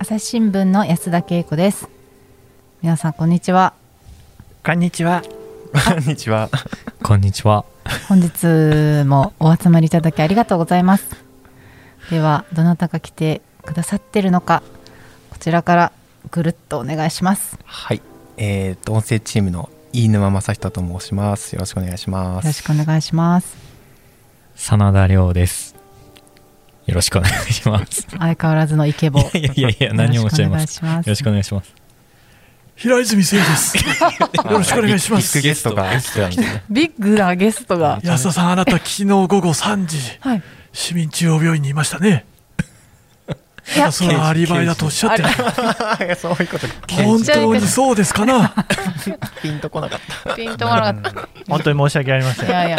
朝日新聞の安田恵子です。皆さんこんにちは。 こんにちは。 こんにちは。 こんにちは。 本日もお集まりいただきありがとうございます。ではどなたが来てくださっているのか、こちらからぐるっとお願いします。 はい、音声チームの飯沼正人と申します。よろしくお願いします。 よろしくお願いします。 真田亮です。よろしくお願いします。 相変わらずのイケボ。 いや何をおっしゃいます。よろしくお願いします。 平泉聖です。よろしくお願いします。 ビッグゲストがビッグなゲストが。 安田さん、あなた昨日午後3時、はい、市民中央病院にいましたね。いや、それはアリバイだとおっしゃってる。 そういうこと。 本当にそうですかな。 ピンとこなかった。 ピンとこなかった。 本当に申し訳ありません。 いや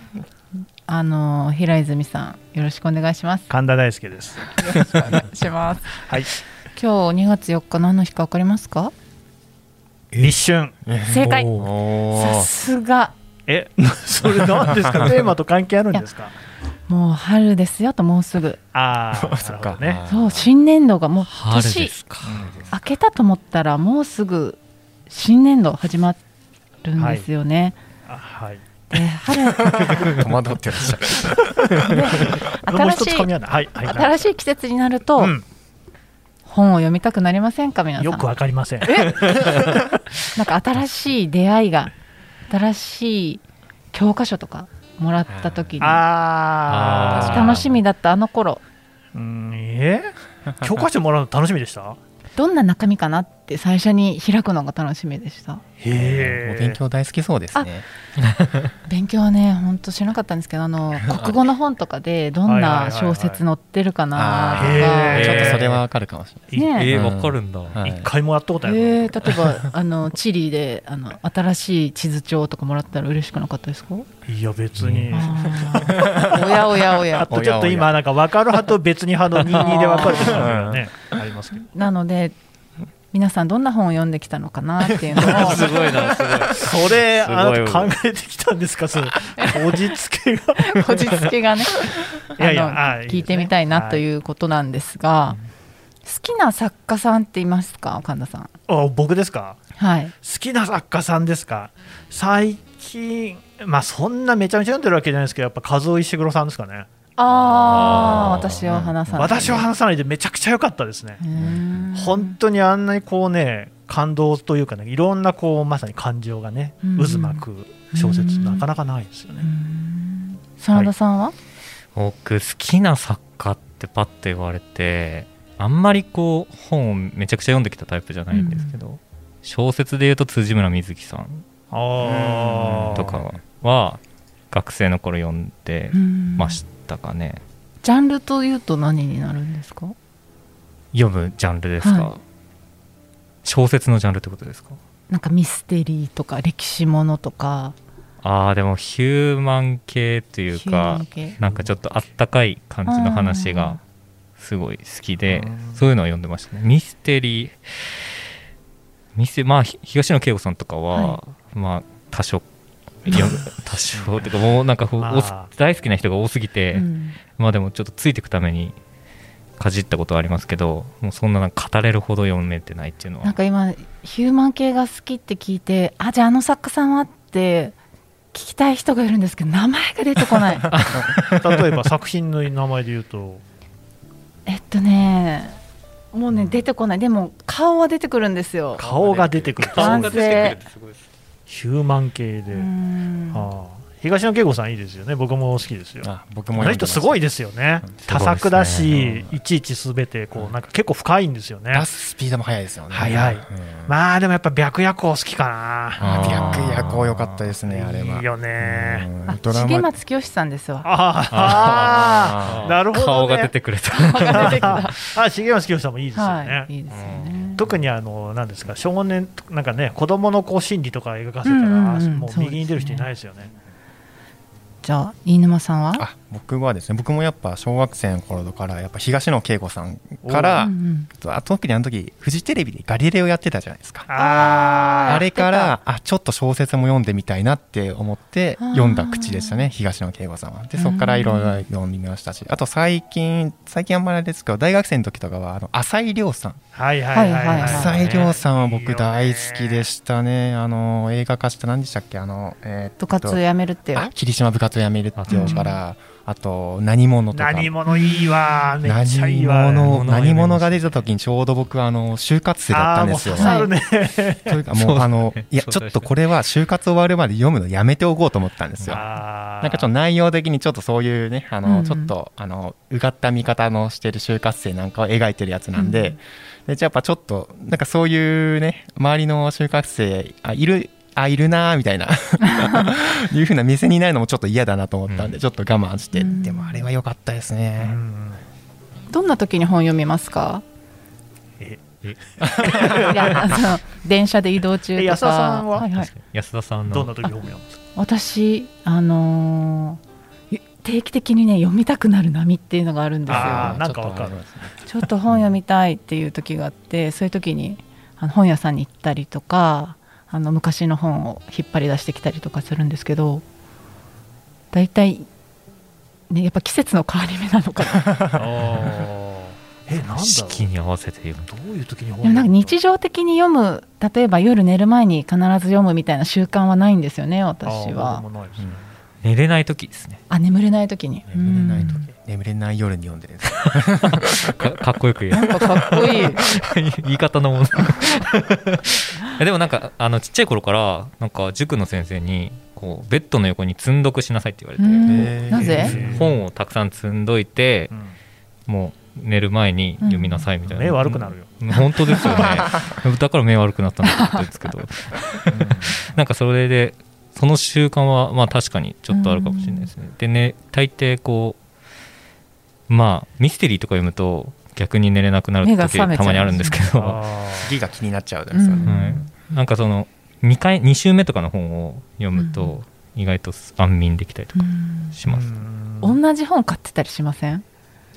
平泉さん、よろしくお願いします。 神田大輔です。 よろしくお願いします。 はい。 今日2月4日何の日か分かりますか？ 立春。 正解。さすが。 それ何ですか？テーマと関係あるんですか？ もう春ですよと、もうすぐ。 そっかね。 そう、新年度がもう年明けたと思ったらもうすぐ新年度始まるんですよね。 はい。 戸惑ってらっしゃる。 新しい季節になると、本を読みたくなりませんか？皆さん。 よくわかりません。 なんか新しい出会いが、新しい教科書とかもらった時に楽しみだったあの頃。 教科書もらうの楽しみでした？ どんな中身かなって最初に開くのが楽しみでした。 勉強大好きそうですね。 勉強はね、本当知らなかったんですけど、国語の本とかでどんな小説載ってるかなとか、 ちょっとそれはわかるかもしれない。 わかるんだ。 一回もやったことない。 例えばチリで新しい地図帳とかもらったら嬉しくなかったですか？ いや別に。 おや。 あとちょっと今なんか分かる派と別に派の22で分かれてるのねありますけど。なので皆さんどんな本を読んできたのかなっていうのをすごいな、すごい。 それあなた考えてきたんですか？それこじつけがね聞いてみたいなということなんですが、好きな作家さんっていますか？神田さん。 僕ですか？はい。好きな作家さんですか？最近そんなめちゃめちゃ読んでるわけじゃないですけど、やっぱ和尾石黒さんですかね。 私は話さない。 私は話さないでめちゃくちゃ良かったですね。本当にあんなにこうね、感動というかね、いろんなこうまさに感情がね、渦巻く小説なかなかないですよね。 真田さんは？ 僕好きな作家ってパッと言われて、あんまりこう本をめちゃくちゃ読んできたタイプじゃないんですけど、小説でいうと辻村瑞希さんとかは学生の頃読んでましたかね。 ジャンルというと何になるんですか？ 読むジャンルですか？小説のジャンルってことですか？ なんかミステリーとか歴史ものとか。 でもヒューマン系というか、なんかちょっとあったかい感じの話がすごい好きで、そういうのは読んでましたね。ミステリー、東野圭吾さんとかは、多少っていうか、もうなんか大好きな人が多すぎて、でもちょっとついていくためにかじったことはありますけど、もうそんな語れるほど読めてないっていうのは。 なんか今ヒューマン系が好きって聞いて、じゃああの作家さんはって聞きたい人がいるんですけど、名前が出てこない。 例えば作品の名前で言うともうね、出てこない。でも顔は出てくるんですよ。 顔が出てくる。 男性ヒューマン系で。東野圭吾さんいいですよね。僕も好きですよ。 僕もあの人すごいですよね。多作だし、いちいちすべてこうなんか結構深いんですよね。 出すスピードも速いですよね。 速い。でもやっぱ白夜行好きかな。 白夜行良かったですね。あれはいいよね。 重松清さんですわ。 なるほどね。 顔が出てくれた。 重松清さんもいいですよね。 いいですよね。 特に何ですか、少年なんかね、子供のこう心理とか描かせたらもう右に出る人いないですよね。 じゃあ飯沼さんは？ 僕はですね、僕もやっぱ小学生の頃からやっぱ東野圭吾さんから特にあの時フジテレビでガリレオやってたじゃないですか。あれからちょっと小説も読んでみたいなって思って読んだ口でしたね、東野圭吾さんは。でそこからいろいろ読んでみましたし、あと最近あんまりですけど大学生の時とかは浅井亮さん、浅井亮さんは僕大好きでしたね。映画化した何でしたっけ、 部活やめるってよ、 霧島部活をやめるってよから、あと何者とか、 何者いいわ、めっちゃいいわ。 何者が出た時にちょうど僕は就活生だったんですよ。というかもういやちょっとこれは就活終わるまで読むのやめておこうと思ったんですよ。なんかちょっと内容的にちょっとそういうねちょっとうがった見方のしてる就活生なんかを描いてるやつなんで、でやっぱちょっとなんかそういうね周りの就活生いるなみたいないう風な目線になるのもちょっと嫌だなと思ったんで、ちょっと我慢して、でもあれは良かったですね。 どんな時に本読みますか？いや電車で移動中とか。 安田さんは、 安田さんのどんな時本読むんですか？ 私定期的にね読みたくなる波っていうのがあるんですよ。 なんかわかる。 ちょっと本読みたいっていう時があって、そういう時に本屋さんに行ったりとか昔の本を引っ張り出してきたりとかするんですけど、だいたいねやっぱ季節の変わり目なのかな。 なんだろう、 四季に合わせて読む。 どういう時に本でもなんか日常的に読む、例えば夜寝る前に必ず読むみたいな習慣はないんですよね、私は。 寝れない時ですね。 眠れない時に。 眠れない夜に読んでるんですかっこよく言う。 なんかかっこいい言い方のものでもなんかちっちゃい頃からなんか塾の先生にこうベッドの横に積んどくしなさいって言われて、 なぜ？ 本をたくさん積んどいて、もう寝る前に読みなさいみたいな。 目悪くなるよ。 本当ですよね。だから目悪くなったんだと思ったんですけどなんかそれでその習慣はまあ確かにちょっとあるかもしれないですね。でね、大抵こうミステリーとか読むと逆に寝れなくなる時たまにあるんですけど、 次が気になっちゃうんですよね。 なんかその2週目とかの本を読むと意外と安眠できたりとかします。 同じ本買ってたりしません？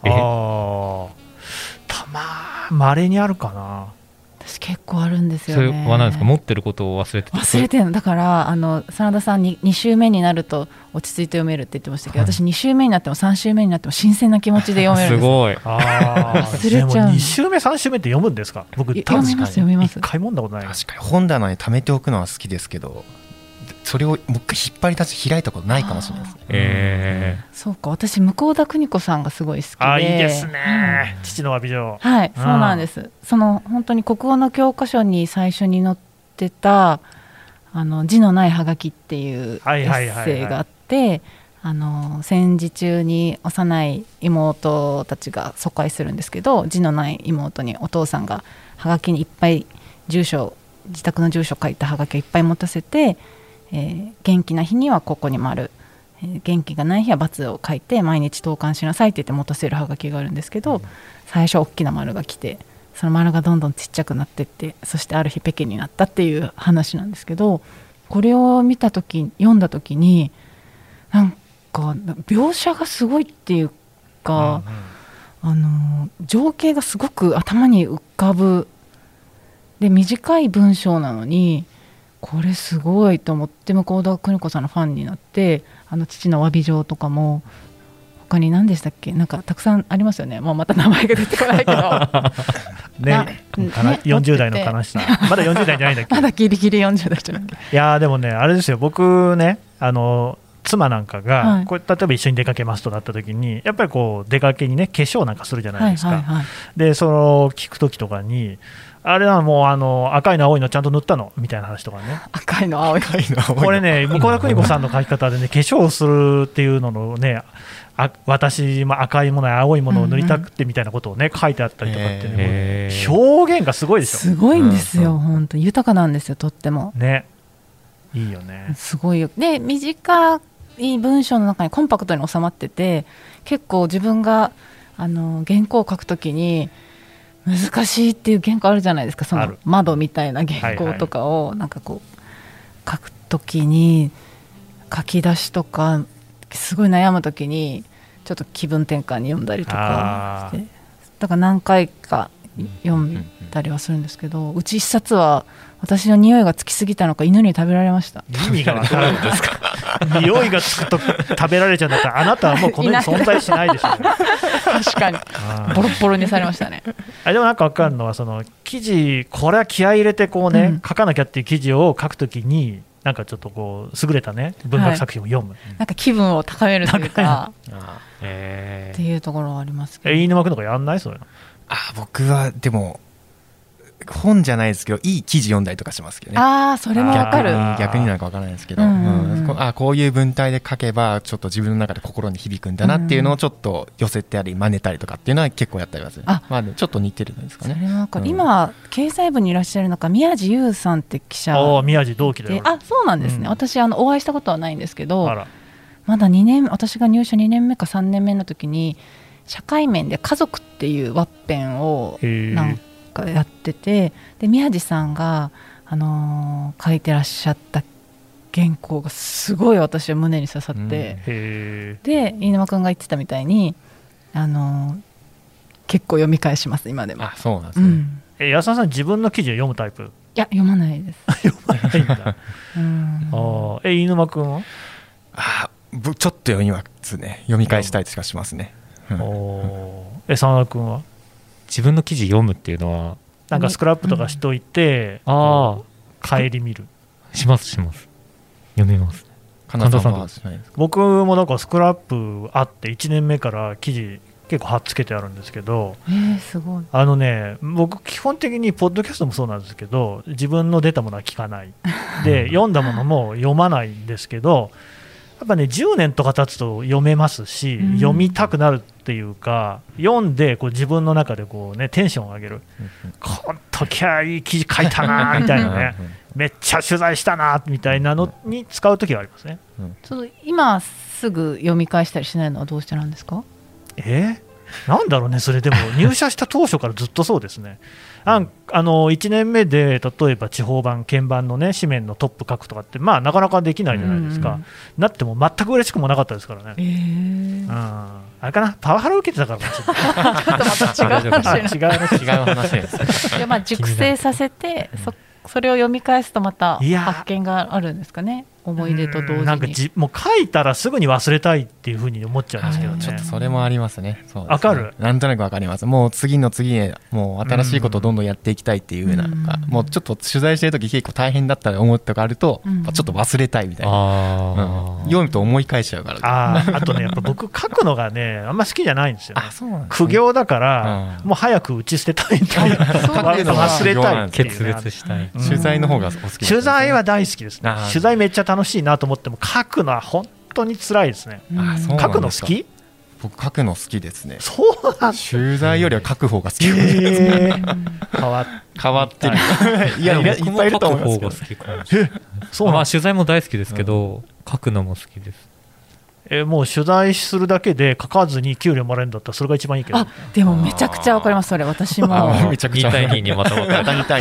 稀にあるかな。 私結構あるんですよね。 それは何ですか？持ってることを忘れてるのだから真田さんに2週目になると落ち着いて読めるって言ってましたけど、私2週目になっても3週目になっても新鮮な気持ちで読めるんです。 すごい。 忘れちゃう。 2週目3週目って読むんですか？僕読みます1 回も読んだことない。 確かに本棚に貯めておくのは好きですけど、それをもう一回引っ張り出して開いたことないかもしれないですね。 そうか、私向田邦子さんがすごい好きで。 いいですね、父の詫び状。 はい、そうなんです。本当に国語の教科書に最初に載ってた字のないはがきっていうエッセイがあって、戦時中に幼い妹たちが疎開するんですけど、字のない妹にお父さんがはがきにいっぱい自宅の住所書いたはがきをいっぱい持たせて、元気な日にはここに丸、元気がない日は×を書いて毎日投函しなさいって言って持たせるはがきがあるんですけど、最初大きな丸が来て、その丸がどんどんちっちゃくなっていって、そしてある日ペケになったっていう話なんですけど、これを読んだ時になんか描写がすごいっていうか、情景がすごく頭に浮かぶ。で短い文章なのにこれすごいと思って向田邦子さんのファンになって、父の詫び状とかも他に何でしたっけ、なんかたくさんありますよね。もうまた名前が出てこないけど 40代の悲しさまだ40代じゃないんだっけ。 まだギリギリ40代じゃなくて。 いやでもね、あれですよ、僕ね妻なんかがこう例えば一緒に出かけますとなった時に、やっぱりこう出かけにね化粧なんかするじゃないですか。で聞く時とかに、あれはもう赤いの青いのちゃんと塗ったのみたいな話とかね。 赤いの青いのこれね、向田邦子さんの書き方でね、化粧をするっていうののね、私も赤いものや青いものを塗りたくてみたいなことをね書いてあったりとかってね、表現がすごいでしょ。 すごいんですよ、本当豊かなんですよ、とってもね。いいよね。 すごいよ。で短い文章の中にコンパクトに収まってて、結構自分が原稿を書くときに難しいっていう原稿あるじゃないですか。その窓みたいな原稿とかをなんかこう書くときに、書き出しとかすごい悩むときにちょっと気分転換に読んだりとかして、だから何回か読んだりはするんですけど、うち一冊は私の匂いがつきすぎたのか犬に食べられました。 意味がわからないんですか匂いがつくと食べられちゃうんだったらあなたはもうこの世に存在しないでしょう、ね、 確かにボロボロにされましたね。 でもなんか分かるのはその記事、これは気合い入れてこうね、書かなきゃっていう記事を書くときになんかちょっとこう優れたね文学作品を読む、 なんか気分を高めるというかっていうところはありますけど。 飯沼君とかやんない？そういうの。 僕はでも本じゃないですけどいい記事読んだりとかしますけどね。 それもわかる。 逆になんかわからないですけど、こういう文体で書けばちょっと自分の中で心に響くんだなっていうのをちょっと寄せたり真似たりとかっていうのは結構やったりはする。ちょっと似てるんですかね。 それは今経済部にいらっしゃるのか宮地優さんって記者で。 宮地同期だよ。 そうなんですね。私お会いしたことはないんですけど、まだ2年、私が入社2年目か3年目の時に社会面で家族っていうワッペンをなんかやってて、で宮地さんが、書いてらっしゃった原稿がすごい私は胸に刺さって、で飯沼君が言ってたみたいに結構読み返します今でも。 そうなんですね。 安田さん自分の記事を読むタイプ？ いや読まないです。 読まないんだ飯沼君は？ ちょっと読みますね。読み返したりとかしますね。 真田君は？ 自分の記事読むっていうのはなんかスクラップとかしといて、帰り見る？ します読みます。 神田さんはしないですか？ 僕もなんかスクラップあって1年目から記事結構貼っつけてあるんですけど、 すごい。 僕基本的にポッドキャストもそうなんですけど自分の出たものは聞かないで読んだものも読まないんですけど、やっぱね10年とか経つと読めますし、読みたくなるっていうか、読んでこう自分の中でこう、ね、テンションを上げる、この時はいい記事書いたなみたいなねめっちゃ取材したなみたいなのに使う時はありますね。 今すぐ読み返したりしないのはどうしてなんですか？ なんだろうね、それでも入社した当初からずっとそうですね。1年目で例えば地方版、県版のね紙面のトップ書くとかってなかなかできないじゃないですか。なっても全く嬉しくもなかったですからね。あれかな、パワハラ受けてたからかもしれない。ちょっとまた違う話です。 熟成させてそれを読み返すとまた発見があるんですかね。思い出と同時になんかもう書いたらすぐに忘れたいっていう風に思っちゃうんですけどね。 ちょっとそれもありますね。 わかる。 なんとなくわかります。もう次の次へもう新しいことをどんどんやっていきたいっていう風なのが、もうちょっと取材してる時結構大変だったと思うとかあると、ちょっと忘れたいみたいな、読むと思い返しちゃうから。 あとねやっぱ僕書くのがねあんま好きじゃないんですよ。苦行だからもう早く打ち捨てたいっていう忘れたいっていう、 決別したい。 取材の方がお好きですね。 取材は大好きですね。取材めっちゃ楽しいなと思っても書くのは本当に辛いですね。書くの好き？ 僕書くの好きですね。 そうなん。 取材よりは書く方が好きです。変わってる。いやいっぱいいると思いますけど。 取材も大好きですけど、書くのも好きです。 もう取材するだけで書かずに給料もらえるんだったらそれが一番いいけど。 でもめちゃくちゃわかります。それ私もめちゃくちゃ2対2にまた分かれた2対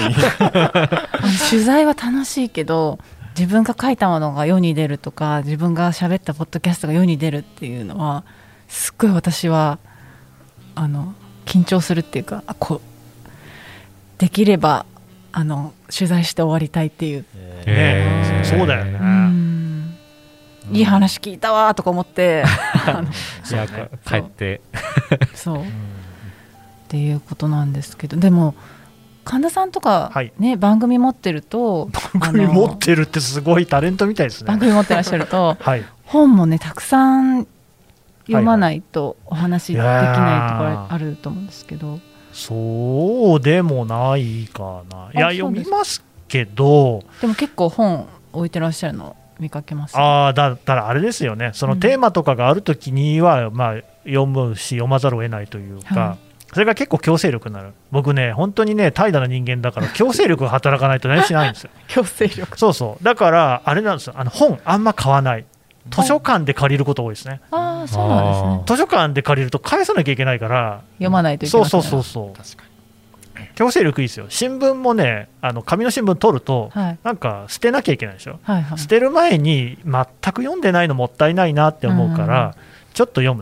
2。 取材は楽しいけど自分が書いたものが世に出るとか自分が喋ったポッドキャストが世に出るっていうのはすっごい私は緊張するっていうか、できれば取材して終わりたいっていう。 そうだよね。 いい話聞いたわとか思って帰ってそうっていうことなんですけど、でも神田さんとかね、番組持ってると番組持ってるってすごいタレントみたいですね。 番組持ってらっしゃると、本もねたくさん読まないとお話できないところあると思うんですけど。 そうでもないかな。いや読みますけど、 でも結構本置いてらっしゃるの見かけます、ね。 だからあれですよね、そのテーマとかがあるときには、読むし読まざるを得ないというか、それが結構強制力になる。僕ね本当にね怠惰な人間だから強制力が働かないと何しないんですよ。 強制力。 そうだからあれなんですよ、本あんま買わない。図書館で借りること多いですね。 そうなんですね。 図書館で借りると返さなきゃいけないから読まないといけない。 そう確かに強制力いいですよ。新聞もね紙の新聞取ると、なんか捨てなきゃいけないでしょ、捨てる前に全く読んでないのもったいないなって思うから、ちょっと読むでしょ。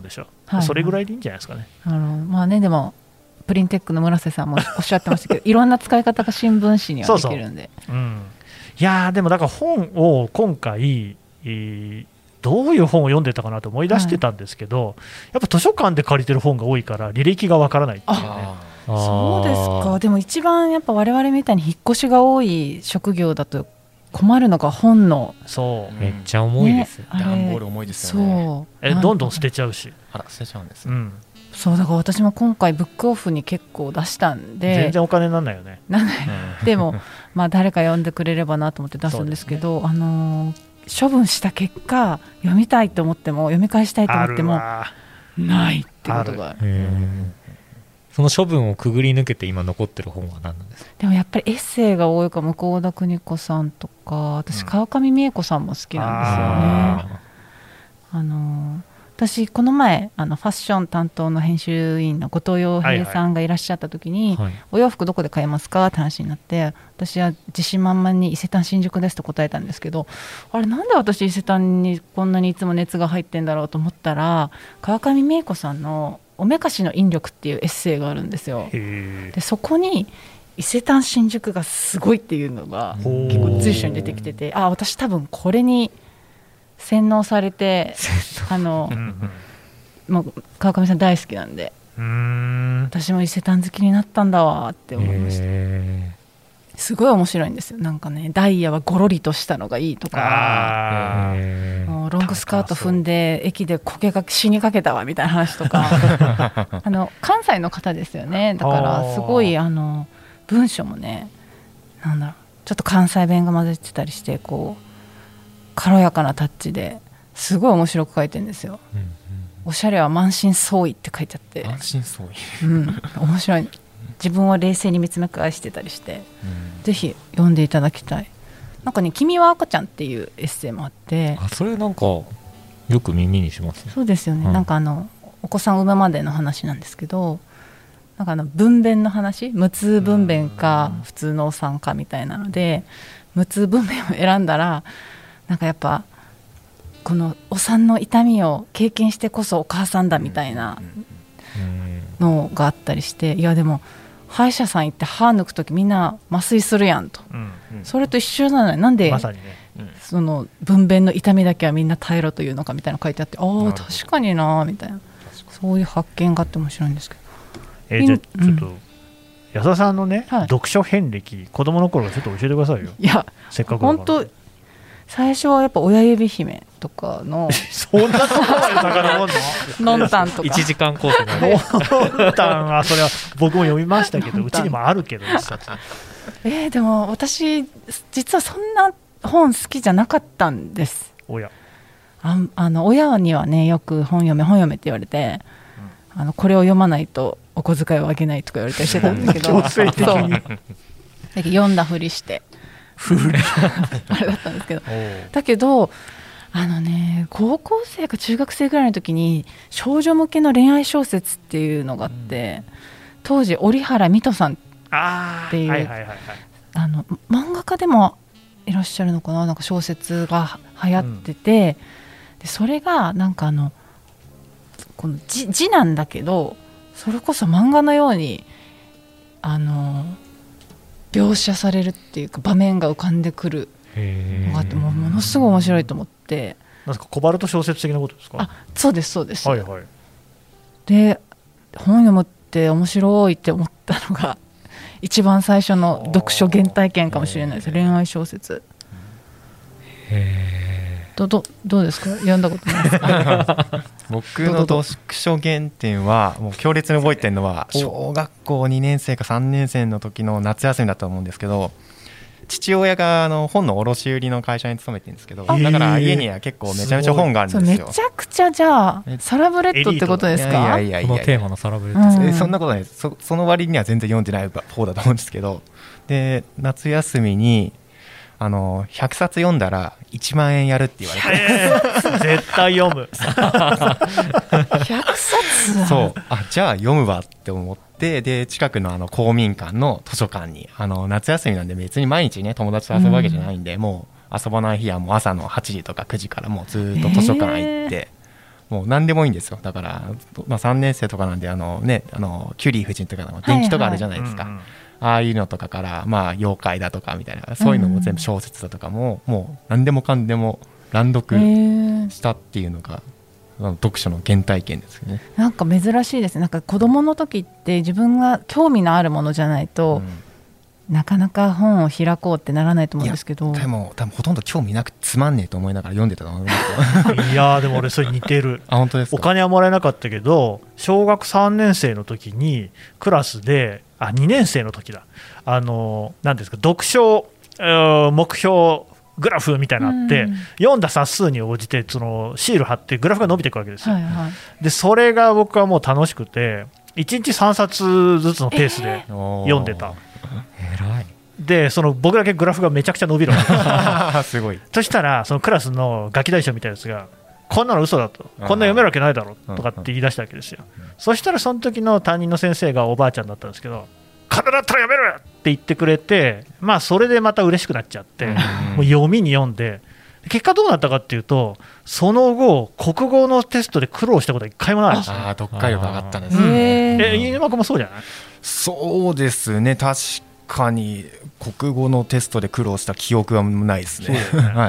それぐらいでいいんじゃないですかね。 まあね、でもプリンテックの村瀬さんもおっしゃってましたけどいろんな使い方が新聞紙にはできるんで。 そうそう、いやでもだから本を今回、どういう本を読んでたかなと思い出してたんですけど、やっぱ図書館で借りてる本が多いから履歴がわからないっていうね。 そうですか。でも一番やっぱ我々みたいに引っ越しが多い職業だと困るのが本の。 そうめっちゃ重いですよ、 ね、段ボール重いですよね。 そうどんどん捨てちゃうし。 捨てちゃうんです、 そうだから私も今回ブックオフに結構出したんで全然お金にならないよね。 なんないでもまあ誰か読んでくれればなと思って出すんですけど、処分した結果読みたいと思っても読み返したいと思ってもないってことがある。 その処分をくぐり抜けて今残ってる本は何なんですか？ でもやっぱりエッセイが多いか、向田邦子さんとか、私川上美恵子さんも好きなんですよね。私この前ファッション担当の編集員の後藤洋平さんがいらっしゃった時に、お洋服どこで買えますかって話になって、私は自信満々に伊勢丹新宿ですと答えたんですけど、あれなんで私伊勢丹にこんなにいつも熱が入ってんだろうと思ったら、川上美恵子さんのおめかしの引力っていうエッセイがあるんですよ。でそこに伊勢丹新宿がすごいっていうのが結構随所に出てきてて、私多分これに洗脳されてもう川上さん大好きなんで、私も伊勢丹好きになったんだわって思いました。すごい面白いんですよ。なんかね、ダイヤはゴロリとしたのがいいとか、もうロングスカート踏んで駅で焦げが死にかけたわみたいな話とか関西の方ですよね。だからすごい文章もね、なんだろう、ちょっと関西弁が混ぜてたりして、こう軽やかなタッチですごい面白く書いてるんですよ。おしゃれは満身創痍って書いてあって、 満身創痍、 面白い。自分を冷静に見つめ返してたりして、ぜひ読んでいただきたい。なんかね、君は赤ちゃんっていうエッセイもあって、 それなんかよく耳にしますね。 そうですよね、なんかお子さん産むまでの話なんですけど、なんか分娩の話、無痛分娩か普通のお産かみたいなので、無痛分娩を選んだら、なんかやっぱこのお産の痛みを経験してこそお母さんだみたいなのがあったりして、いやでも歯医者さん行って歯抜くときみんな麻酔するやんと、それと一緒なのになんで、その分娩の痛みだけはみんな耐えろというのかみたいなの書いてあって、確かになみたいな、そういう発見があって面白いんですけど。 じゃあちょっと安田さんのね、読書遍歴、子供の頃からちょっと教えてくださいよ。 いや、 せっかくだから。 本当最初はやっぱ親指姫とかのそんなとこまで遡るののんたんとか 1時間コースののんたんはそれは僕も読みましたけどうちにもあるけど一冊。 でも私実はそんな本好きじゃなかったんです。親にはね、よく本読めって言われて、これを読まないとお小遣いをあげないとか言われたりしてたんだけど強制的に読んだふりしてあれだったんですけど、だけど高校生か中学生ぐらいの時に少女向けの恋愛小説っていうのがあって、当時折原水戸さんっていう漫画家でもいらっしゃるのかな、なんか小説が流行ってて、でそれがなんかこの字なんだけど、それこそ漫画のように描写されるっていうか、場面が浮かんでくるのがあって、ものすごい面白いと思って。 なんですか、コバルト小説的なことですか？ そうですそうです、で本読むって面白いって思ったのが一番最初の読書原体験かもしれないです。恋愛小説。どうですか、読んだことないですか？ 僕の読書原点はもう強烈に覚えてるのは、小学校2年生か3年生の時の夏休みだと思うんですけど、父親が本の卸売の会社に勤めてるんですけど、だから家には結構めちゃめちゃ本があるんですよ。 めちゃくちゃ、じゃあサラブレッドってことですか？ いやこのテーマのサラブレッドです。 そんなことないです。その割には全然読んでない方だと思うんですけど、で夏休みに100冊読んだら1万円やるって言われて、 絶対読む。 100冊そう、じゃあ読むわって思って、で近くの公民館の図書館に、夏休みなんで別に毎日ね友達と遊ぶわけじゃないんで、もう遊ばない日はもう朝の8時とか9時からもうずっと図書館行って、 もう何でもいいんですよ。だから、3年生とかなんでキュリー夫人とかの伝記とかあるじゃないですか、ああいうのとかから、妖怪だとかみたいな、そういうのも全部小説だとかも、もう何でもかんでも乱読したっていうのが、読書の原体験ですよね。 なんか珍しいですね。なんか子供の時って自分が興味のあるものじゃないと、なかなか本を開こうってならないと思うんですけど。 でも多分ほとんど興味なくつまんねえと思いながら読んでたと思いますよ。 いやでも俺それ似てる。 あ、本当ですか。 お金はもらえなかったけど、小学3年生の時にクラスで、2年生の時だ、何ですか、読書目標グラフみたいなのあって、読んだ冊数に応じてそのシール貼ってグラフが伸びていくわけですよ、でそれが僕はもう楽しくて、1日3冊ずつのペースで読んでた。 偉い。 でその僕だけグラフがめちゃくちゃ伸びるわけですすごい。 そしたらそのクラスのガキ大将みたいなやつが、こんなの嘘だと、こんな読めるわけないだろとかって言い出したわけですよ。そしたらその時の担任の先生がおばあちゃんだったんですけど、金だったら読めるって言ってくれて、それでまた嬉しくなっちゃって、もう読みに読んで、結果どうなったかっていうと、その後国語のテストで苦労したことは一回もないですね。 読解力上がったんですね。 飯沼君もそうじゃない？ そうですね、確かに国語のテストで苦労した記憶はないですね。はい。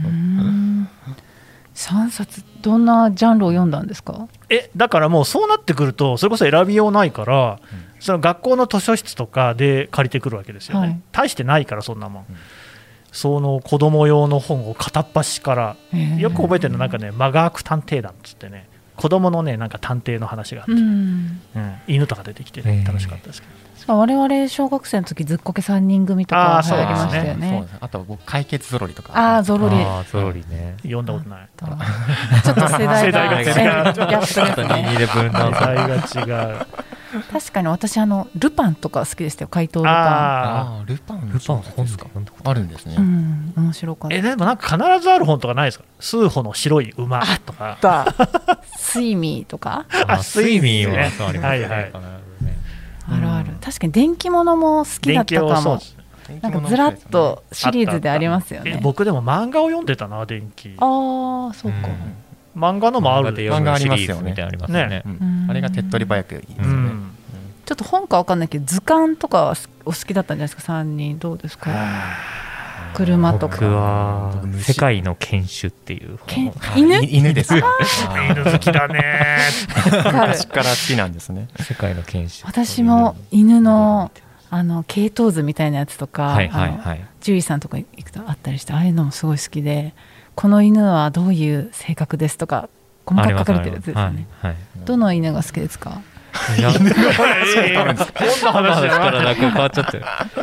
3冊どんなジャンルを読んだんですか？ だからもうそうなってくると、それこそ選びようないから、その学校の図書室とかで借りてくるわけですよね、大してないからそんなもん、その子供用の本を片っ端から、よく覚えてるのなんかね、マガーク探偵団っつってね、子供のねなんか探偵の話があって、犬とか出てきて、楽しかったですけど。 我々小学生の時ずっこけ3人組とか流行りましたよね。 あと解決ゾロリとか。 ゾロリね。 読んだことない。 ちょっと世代が違う。ギャップですね。 世代が違う。 確かに私ルパンとか好きでしたよ。怪盗ルパン。ルパン本ですか。あるんですね。 面白かった。 でもなんか必ずある本とかないですか？数歩の白い馬とか。 スイミーとか。 スイミーはありますね。 あるある。確かに電気物も好きだったかも。なんかずらっとシリーズでありますよね。 僕でも漫画を読んでたな、電気。 そうか。 漫画のもある。 漫画ありますよね。あれが手っ取り早くいいですよね。 ちょっと本かわかんないけど図鑑とかお好きだったんじゃないですか、3人。どうですか？車とか。 僕は世界の犬種っていう犬ですよ。 犬好きだね。 昔から好きなんですね。 世界の犬種。 私も犬の系統図みたいなやつとか、獣医さんとか行くとあったりして、ああいうのもすごい好きで、この犬はどういう性格ですとか細かく書かれてるやつですよね。どの犬が好きですか？ いや、こんな話からだけ変わっちゃってる。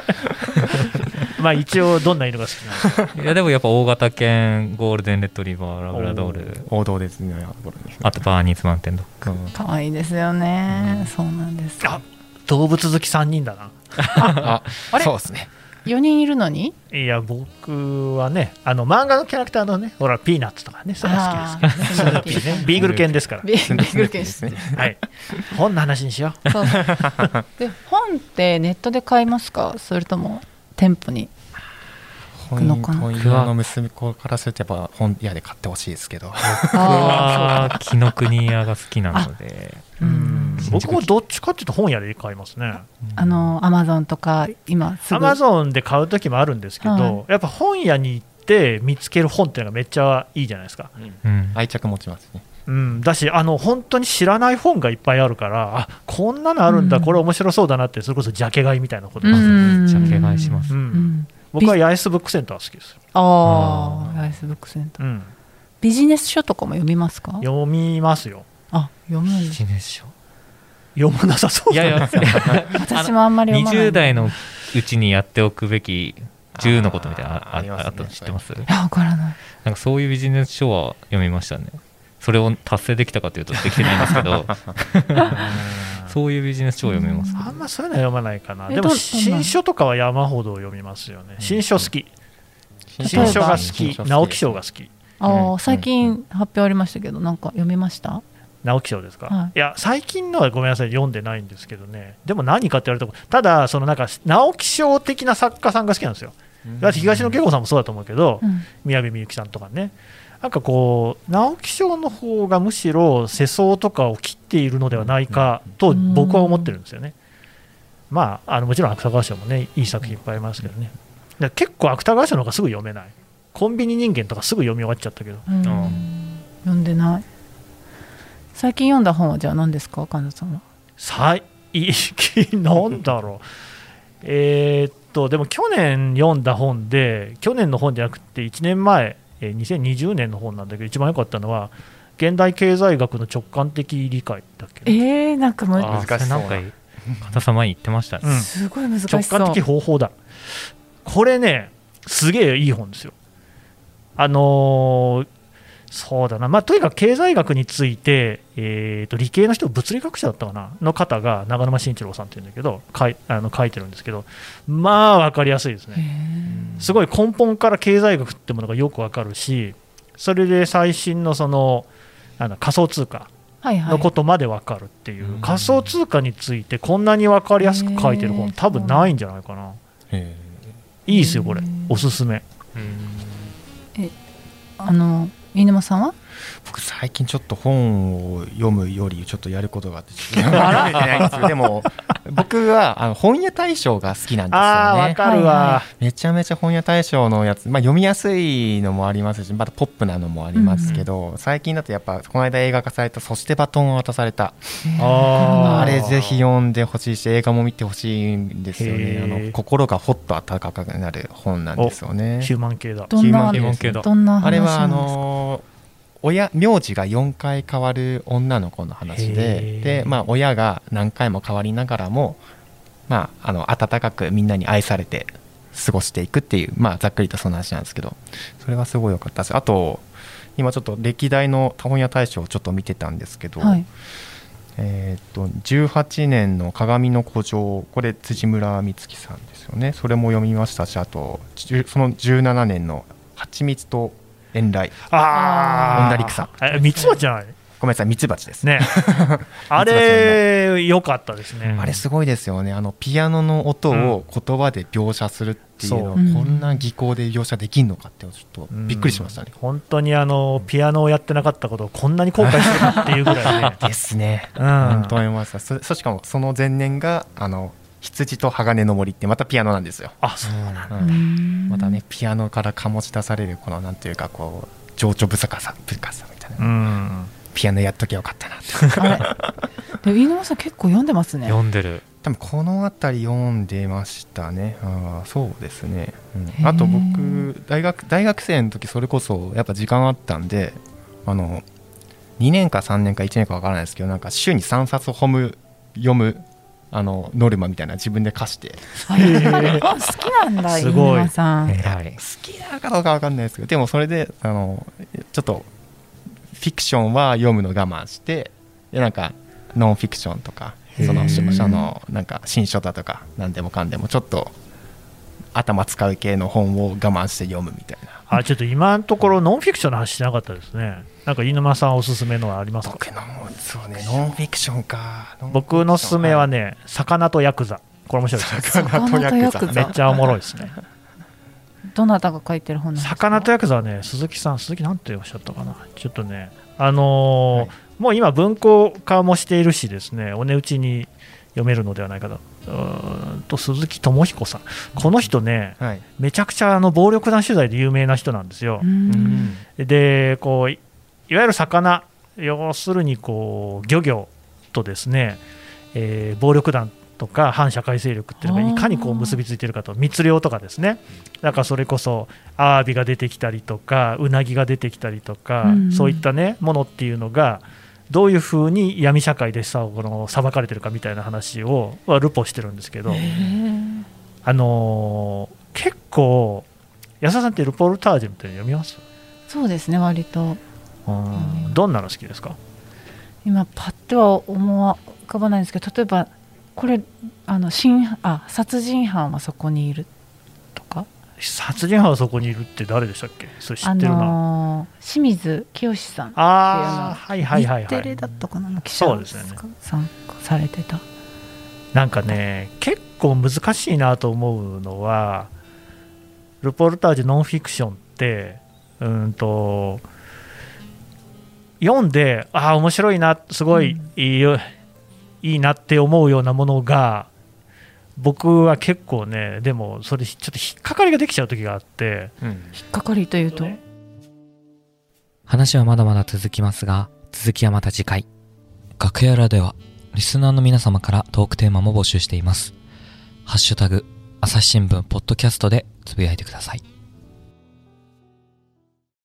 一応どんな犬が好きなの？ いやでもやっぱ大型犬、ゴールデンレトリバー、ラブラドール、 王道ですね。 あとバーニーズマウンテンドッグ。 可愛いですよね。そうなんです。 動物好き3人だな。 あれ？そうですね。4人いるのに？ いや僕はね、漫画のキャラクターのね、ほらピーナッツとかね、それが好きですから。ビーグル犬ですから。 ビーグル犬ですね。 はい。本の話にしよう。 で、本ってネットで買いますか？それとも店舗に行くのかな？ 本屋の娘子からするとやっぱ本屋で買ってほしいですけど。僕は紀ノ国屋が好きなので。 僕もどっちかっていうと本屋で買いますね。 アマゾンとか今すぐアマゾンで買う時もあるんですけど、やっぱ本屋に行って見つける本っていうのがめっちゃいいじゃないですか。 愛着持ちますね。 だし本当に知らない本がいっぱいあるから、こんなのあるんだ、これ面白そうだなって、それこそジャケ買いみたいなことですね。ジャケ買いします。 僕は八重洲ブックセンター好きですよ。 八重洲ブックセンター。ビジネス書とかも読みますか？ 読みますよ。 読むビジネス書読まなさそうだな。 私もあんまり読まない。 20代のうちにやっておくべき10のことみたいなのあったの知ってます？ いや、分からない。 なんかそういうビジネス書は読みましたね。それを達成できたかというとできてないんですけどそういうビジネス書を読みます。 あんまそういうのは読まないかな。でも新書とかは山ほど読みますよね。新書好き。新書が好き。直木賞が好き。 最近発表ありましたけど、なんか読みました？ 直木賞ですか？いや最近のはごめんなさい、読んでないんですけどね。でも何かって言われたら、ただそのなんか直木賞的な作家さんが好きなんですよ。東野圭吾さんもそうだと思うけど、宮部みゆきさんとかね、 なんかこう直木賞の方がむしろ世相とかを切っているのではないかと僕は思ってるんですよね。まあ、もちろん芥川賞もねいい作品いっぱいありますけどね。結構芥川賞の方がすぐ読めない。コンビニ人間とかすぐ読み終わっちゃったけど、 読んでない。最近読んだ本はじゃあ何ですか、神田さんは。 最近なんだろうでも去年読んだ本で、去年の本じゃなくて1年前、2020年の本なんだけど、一番良かったのは現代経済学の直感的理解だっけ。 なんか難しそうな。 神田さん前に言ってましたね、 すごい難しそう。 直感的方法だ。これねすげえいい本ですよ。そうだな、まあ、とにかく経済学について、理系の人、物理学者だったかなの方が長沼慎一郎さんっていうんだけど書いてるんですけど、まあ分かりやすいですね。すごい根本から経済学ってものがよく分かるし、それで最新のその仮想通貨のことまで分かるっていう、仮想通貨についてこんなに分かりやすく書いてる本多分ないんじゃないかな。いいですよこれ、おすすめ。 飯沼さんは。 僕最近ちょっと本を読むよりちょっとやることがあってちょっとないんですよ。でも僕は本屋大賞が好きなんですよね。 わかるわ。 めちゃめちゃ本屋大賞のやつ、まあ、読みやすいのもありますし、またポップなのもありますけど、最近だとやっぱこの間映画化されたそしてバトンを渡された、あれぜひ読んでほしいし映画も見てほしいんですよね。心がほっと温かくなる本なんですよね。 ヒューマン系だ。 どんな話なんですか。 あれは名字が4回変わる女の子の話で、まあ、親が何回も変わりながらも、まあ、温かくみんなに愛されて過ごしていくっていう、まあ、ざっくりとその話なんですけど、それはすごい良かったです。あと今ちょっと歴代の本屋大賞をちょっと見てたんですけど、18年の鏡の古城、これ辻村美月さんですよね。それも読みましたし、あとその17年の蜂蜜と遠雷、恩田陸さん。 ミツバチじゃない。 ごめんなさい、ミツバチですね。あれ良かったですね。 あれすごいですよね。ピアノの音を言葉で描写するっていうのを、こんな技巧で描写できるのかってちょっとびっくりしましたね。 本当にピアノをやってなかったことをこんなに後悔するかっていうぐらいね。 ですね。本当に思いました。しかもその前年が羊と鋼の森ってまたピアノなんですよ。 そうなんだ。 またねピアノから醸し出されるこのなんていうかこう情緒深さみたいな、ピアノやっときゃよかったなって。 飯沼さん結構読んでますね。 読んでる。 多分この辺り読んでましたね。そうですね、あと僕大学生の時それこそやっぱ時間あったんで2年か3年か1年か分からないですけど、なんか週に3冊読むノルマみたいな自分で課して好きなんだ。飯沼さん、 好きなのかどうか分かんないですけど、でもそれでちょっとフィクションは読むの我慢して、でなんかノンフィクションとかそのなんか新書だとか何でもかんでもちょっと頭使う系の本を我慢して読むみたいな。 ちょっと今のところノンフィクションの話しなかったですね。なんか飯沼さんおすすめのはありますか。 そうね、ノンフィクションか。 僕のおすすめはね、魚とヤクザ。これ面白いですね。 魚とヤクザめっちゃおもろいですね。 どなたが書いてる本なんですか。 魚とヤクザはね、鈴木なんておっしゃったかな。ちょっとね、もう今文庫化もしているしですね、お値打ちに読めるのではないかと。鈴木智彦さん、この人ね、めちゃくちゃ暴力団取材で有名な人なんですよ。でこういわゆる魚、要するにこう漁業とですね、暴力団とか反社会勢力っていうのがいかにこう結びついているかと、密漁とかですね、だからそれこそアワビが出てきたりとかウナギが出てきたりとか、そういったねものっていうのがどういうふうに闇社会で裁かれてるかみたいな話をルポしてるんですけど、結構安田さんってルポルタージュみたいなの読みます？ そうですね、割と。 どんなの好きですか？ 今パッとは浮かばないんですけど、例えばこれ殺人犯はそこにいるとか。 殺人犯はそこにいるって誰でしたっけ？それ知ってるな。 清水清さんっていうの日テレだったかなの記者ですね、参加されてた。 なんかね結構難しいなと思うのは、ルポルタージュノンフィクションって読んで面白いな、すごい、いいなって思うようなものが僕は結構ね、でもそれちょっと引っかかりができちゃう時があって、 引っかかりというと、 話はまだまだ続きますが、続きはまた次回。楽屋裏ではリスナーの皆様からトークテーマも募集しています。ハッシュタグ朝日新聞ポッドキャストでつぶやいてください。